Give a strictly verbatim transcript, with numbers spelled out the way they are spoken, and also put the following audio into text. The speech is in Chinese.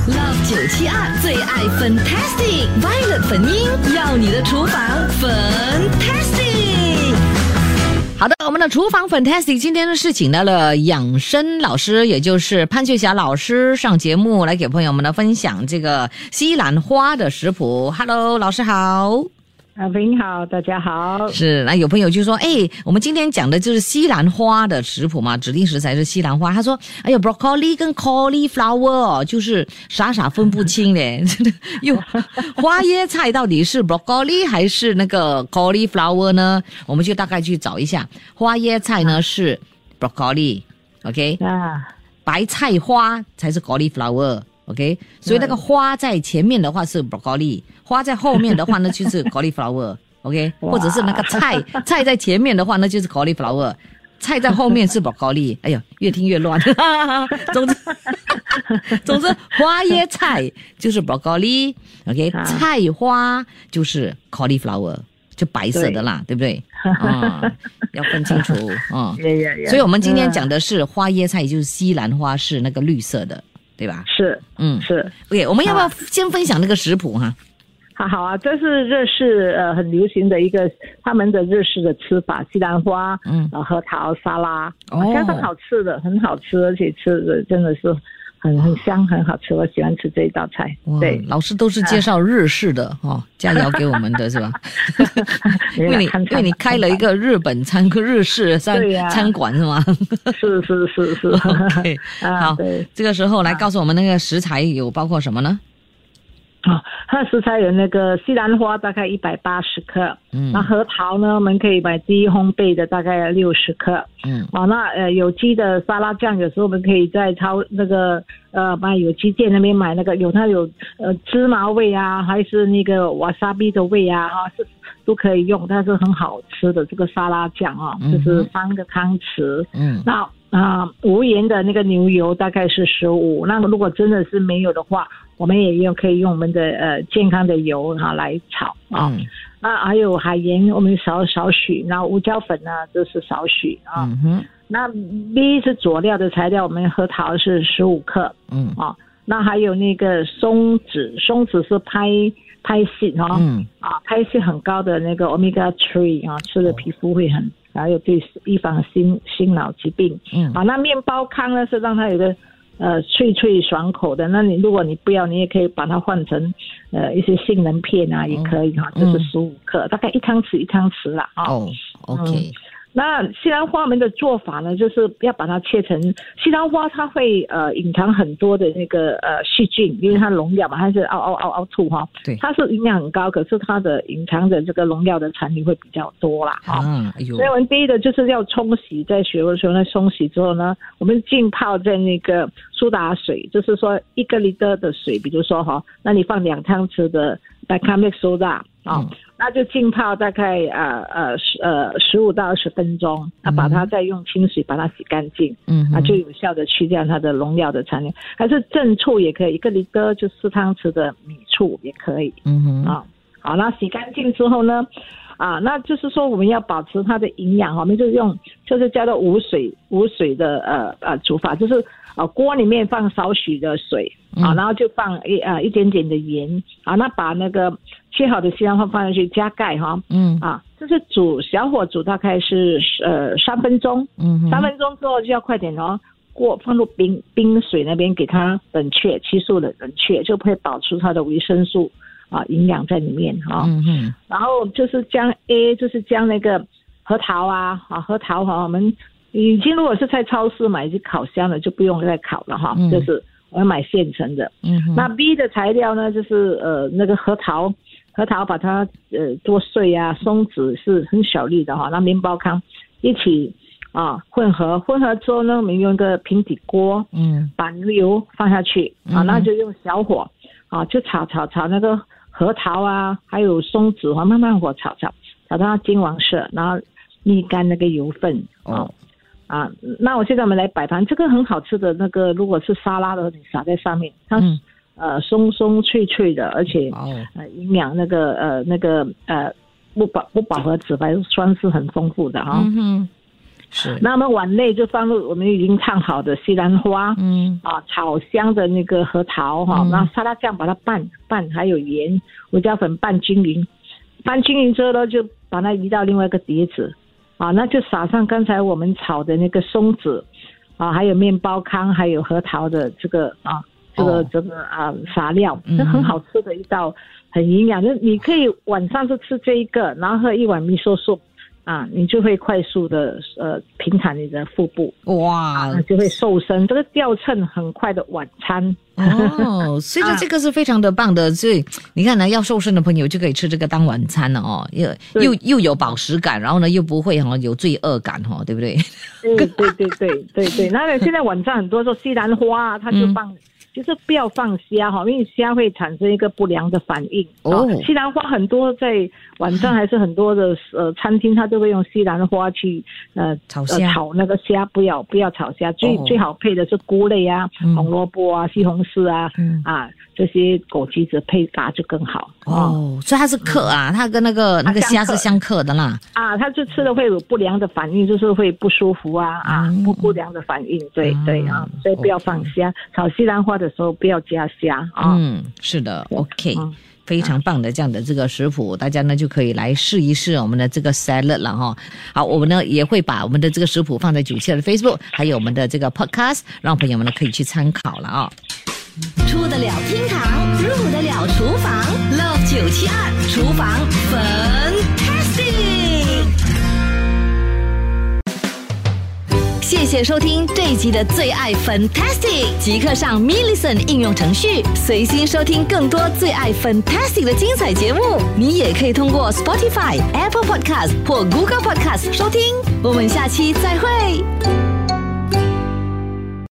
Love 九七二最爱 Fantastic Violet 粉音，要你的厨房 Fantastic。好的，我们的厨房 Fantastic 今天呢是请到了养生老师，也就是潘翠霞老师上节目来给朋友们呢分享这个西兰花的食谱。Hello， 老师好。 啊，你好，大家好。 是，那有朋友就说，哎，我们今天讲的就是西兰花的食谱嘛，指定食材是西兰花。他说，哎呦 ，broccoli 跟 cauliflower 哦，就是傻傻分不清嘞。又花椰菜到底是 broccoli 还是那个 cauliflower 呢？我们就大概去找一下。花椰菜呢是 broccoli，OK， 啊， 白菜花才是 cauliflower。OK， 所以那个花在前面的话是 broccoli， 花在后面的话呢就是 cauliflower。OK， 或者是那个菜菜在前面的话那就是 cauliflower， 菜在后面是 broccoli。哎呦，越听越乱。总之，总之花椰菜就是 broccoli，OK， 菜花就是 cauliflower， 就白色的啦， 对, 对不对？啊、嗯，要分清楚啊。嗯 yeah, yeah, yeah, 所以我们今天讲的是花椰菜，就是西兰花，是那个绿色的。对吧？ 是，嗯，是。 OK， 我们要不要先分享那个食谱哈？ 好好啊，这是日式呃很流行的一个他们的日式的吃法，西兰花，嗯，呃核桃沙拉，哦，相当好吃的，很好吃，而且吃的真的是很很香，很好吃，我喜欢吃这一道菜。对， 老师都是介绍日式的哦，佳肴给我们的是吧？因为你因为你开了一个日本餐日式餐、啊、餐馆是吗？ 是是是是。 OK， 好，这个时候来告诉我们那个食材有包括什么呢？ 啊，它的食材有那个西兰花大概一百八十克，嗯，那核桃呢，我们可以买低烘焙的大概六十克，嗯，哦，那呃有机的沙拉酱，有时候我们可以在超那个呃买有机店那边买那个有它有呃芝麻味啊，还是那个 wasabi 的味啊，哈、啊，是都可以用，它是很好吃的这个沙拉酱啊，就是三个汤匙，嗯，那啊、呃、无盐的那个牛油大概是十五，那如果真的是没有的话。我们也用可以用我们的呃健康的油哈、啊、来炒啊，嗯、那还有海盐我们少少许，然后胡椒粉呢就是少许啊。嗯哼，那 B 是佐料的材料，我们核桃是十五克，嗯啊，那还有那个松子，松子是拍拍戏哈，嗯啊拍戏很高的那个 omega 三 啊，吃了皮肤会很，还有对预防心心脑疾病。嗯，啊，那面包糠呢是让它有个。呃，脆脆爽口的，那你如果你不要，你也可以把它换成呃一些杏仁片啊，也可以哈，这、嗯、是十五克，大概一汤匙一汤匙啦啊。 哦 ，OK、嗯。 那西兰花我们的做法呢，就是要把它切成西兰花，它会呃隐藏很多的那个呃细菌，因为它农药嘛，它是凹凹凹凹凸哈，对，它是营养很高，可是它的隐藏的这个农药的残留会比较多啦哈。嗯，哎呦。所以我们第一个就是要冲洗，在学的时候呢，冲洗之后呢，我们浸泡在那个苏打水，就是说一个 liter 的水，比如说哈，那你放两汤匙的 bicarbonate soda 啊。嗯，那就浸泡大概呃呃十呃十五到二十分钟，那把它再用清水把它洗干净，嗯，啊就有效的去掉它的农药的残留。还是正醋也可以，一个 liter 就四汤匙的米醋也可以，嗯哼啊，好，那洗干净之后呢，啊，那就是说我们要保持它的营养，我们就用就是叫做无水无水的呃呃煮法，就是啊锅里面放少许的水。啊，然后就放一呃一点点的盐啊，那把那个切好的西兰花放进去，加盖哈，嗯啊，就是煮小火煮大概是呃三分钟，嗯，三分钟之后就要快点哦，过放入冰冰水那边给它冷却，急速的冷却，就会保持它的维生素啊营养在里面哈，嗯嗯，然后就是将 A 就是将那个核桃啊啊核桃哈，我们已经如果是在超市买已经烤箱了，就不用再烤了哈，嗯、就是。我要买现成的，嗯，那 B 的材料呢，就是呃那个核桃，核桃把它呃剁碎啊，松子是很小粒的哈，那面包糠一起啊混合，混合之后呢，我们用一个平底锅，嗯，把牛油放下去，啊，那就用小火啊，就炒炒炒那个核桃啊，还有松子啊，慢慢火炒炒，炒到它金黄色，然后沥干那个油分，哦。啊，那我现在我们来摆盘，这个很好吃的那个，如果是沙拉的，你撒在上面，它、嗯、呃松松脆脆的，而且、哦、呃营养那个呃那个呃不饱不饱和脂肪酸是很丰富的哈、哦。嗯是。 那么碗内就放入我们已经烫好的西兰花， 嗯啊，炒香的那个核桃哈，然后沙拉酱把它拌拌，还有盐、胡椒粉拌均匀，拌均匀之后呢，就把它移到另外一个碟子，啊，那就撒上刚才我们炒的那个松子，啊，还有面包糠，还有核桃的这个啊。这个这个啊撒料，这很好吃的一道，很营养。就你可以晚上就吃这一个，然后喝一碗米寿素，啊，你就会快速的呃平坦你的腹部， 哇， 啊、就会瘦身。这个掉秤很快的晚餐。 哦，所以说这个是非常的棒的，所以你看呢，要瘦身的朋友就可以吃这个当晚餐了哦，又又又有饱食感，然后呢又不会哈有罪恶感哈，对不对？ 对对对对对对。那现在晚上很多说西兰花、啊，它就放。嗯就是不要放虾哈，因为虾会产生一个不良的反应。哦，西兰花很多在晚上还是很多的呃餐厅，它都会用西兰花去呃炒虾、 呃、炒那个虾，不要不要炒虾，最、哦、最好配的是菇类啊、嗯、红萝卜啊、西红柿啊、嗯、啊这些枸杞子配搭就更好。 哦，哦所以它是克啊，它跟那个那个虾是相克的啦。 啊，它就吃了会有不良的反应，就是会不舒服啊啊不不良的反应，对、嗯、对啊，所以不要放虾。炒西兰花的时候不要加虾啊。 嗯，是的 ，OK，、嗯、非常棒的这样的这个食谱，大家呢就可以来试一试我们的这个 salad 了哈。好，我们呢也会把我们的这个食谱放在九七二的 Facebook， 还有我们的这个 Podcast， 让朋友们呢可以去参考了啊。 出得了厅堂，入得了厨房 ，Love 九七二厨房 Fantastic。谢谢收听这一集的最爱 Fantastic， 即刻上 Millicent 应用程序，随心收听更多最爱 Fantastic 的精彩节目。你也可以通过 Spotify、Apple Podcast 或 Google Podcast 收听。我们下期再会。